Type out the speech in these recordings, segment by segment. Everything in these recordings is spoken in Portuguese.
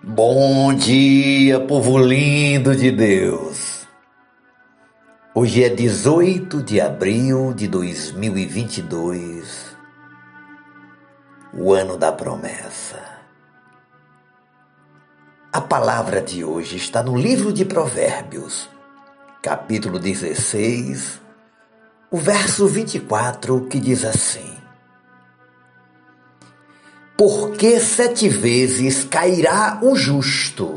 Bom dia, povo lindo de Deus! Hoje é 18 de abril de 2022, o ano da promessa. A palavra de hoje está no livro de Provérbios, capítulo 16, o verso 24, que diz assim: Porque 7 vezes cairá o justo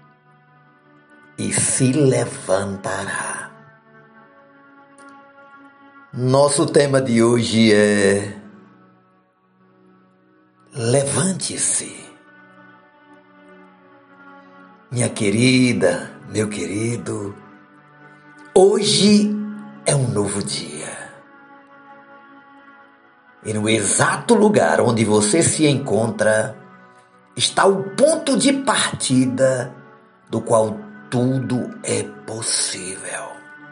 e se levantará. Nosso tema de hoje é: levante-se. Minha querida, meu querido, hoje é um novo dia. E no exato lugar onde você se encontra está o ponto de partida do qual tudo é possível.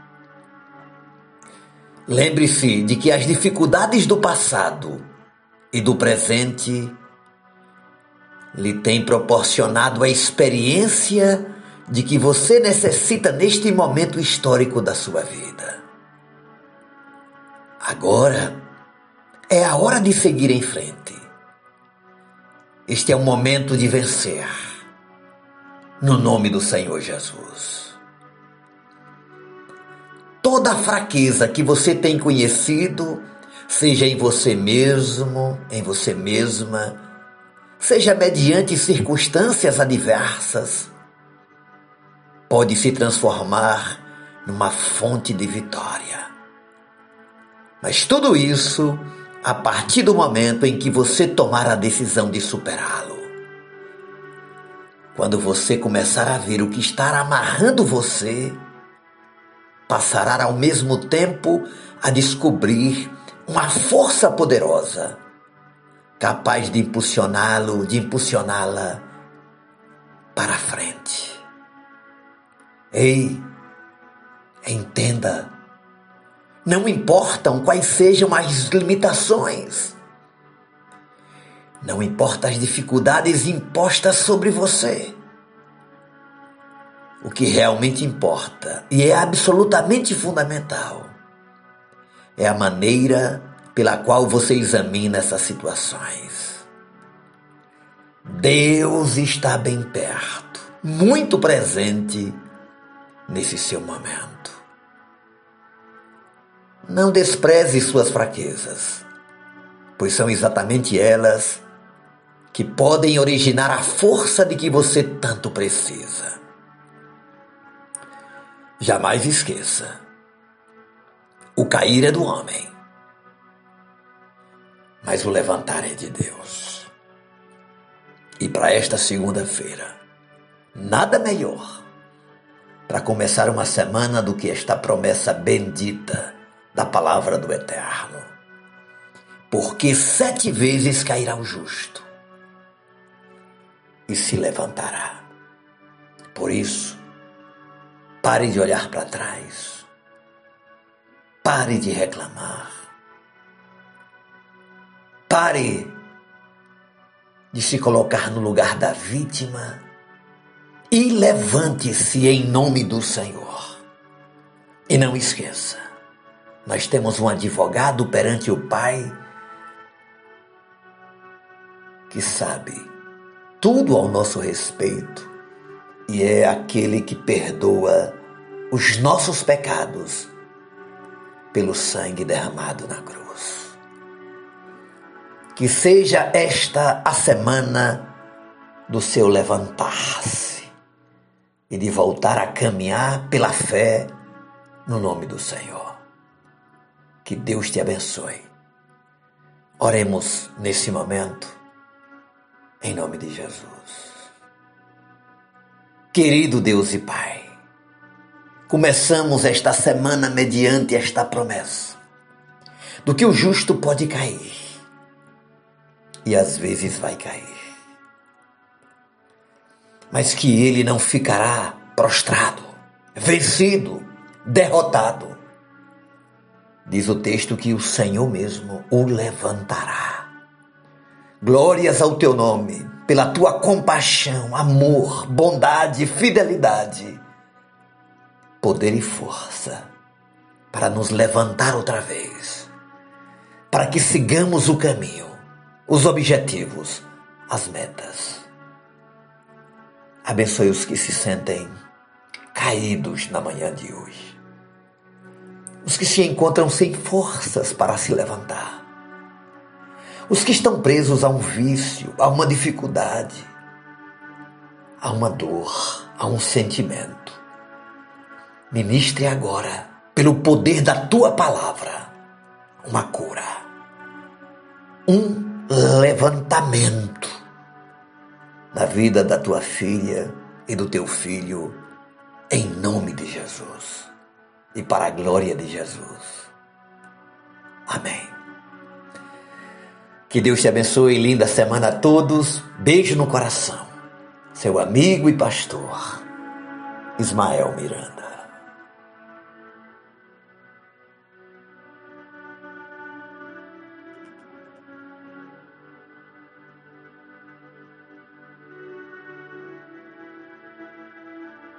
Lembre-se de que as dificuldades do passado e do presente lhe têm proporcionado a experiência de que você necessita neste momento histórico da sua vida. Agora é a hora de seguir em frente. Este é o momento de vencer, no nome do Senhor Jesus. Toda a fraqueza que você tem conhecido, seja em você mesmo, em você mesma, seja mediante circunstâncias adversas, pode se transformar numa fonte de vitória. Mas tudo isso a partir do momento em que você tomar a decisão de superá-lo. Quando você começar a ver o que está amarrando você, passará ao mesmo tempo a descobrir uma força poderosa, capaz de impulsioná-lo, de impulsioná-la para a frente. Ei, entenda. Não importam quais sejam as limitações. Não importa as dificuldades impostas sobre você. O que realmente importa, e é absolutamente fundamental, é a maneira pela qual você examina essas situações. Deus está bem perto, muito presente nesse seu momento. Não despreze suas fraquezas, pois são exatamente elas que podem originar a força de que você tanto precisa. Jamais esqueça, o cair é do homem, mas o levantar é de Deus. E para esta segunda-feira, nada melhor para começar uma semana do que esta promessa bendita da palavra do Eterno. Porque 7 vezes cairá o justo e se levantará. Por isso, pare de olhar para trás. Pare de reclamar. Pare de se colocar no lugar da vítima e levante-se em nome do Senhor. E não esqueça, nós temos um advogado perante o Pai que sabe tudo ao nosso respeito e é aquele que perdoa os nossos pecados pelo sangue derramado na cruz. Que seja esta a semana do seu levantar-se e de voltar a caminhar pela fé no nome do Senhor. Que Deus te abençoe. Oremos nesse momento, em nome de Jesus. Querido Deus e Pai, começamos esta semana mediante esta promessa, do que o justo pode cair, e às vezes vai cair, mas que ele não ficará prostrado, vencido, derrotado. Diz o texto que o Senhor mesmo o levantará. Glórias ao teu nome. pela tua compaixão, amor, bondade, fidelidade, poder e força para nos levantar outra vez, para que sigamos o caminho, os objetivos, as metas. Abençoe os que se sentem caídos na manhã de hoje, os que se encontram sem forças para se levantar, os que estão presos a um vício, a uma dificuldade, a uma dor, a um sentimento. Ministre agora, pelo poder da tua palavra, uma cura, um levantamento na vida da tua filha e do teu filho, em nome de Jesus e para a glória de Jesus. Amém. Que Deus te abençoe, linda semana a todos. Beijo no coração. Seu amigo e pastor, Ismael Miranda.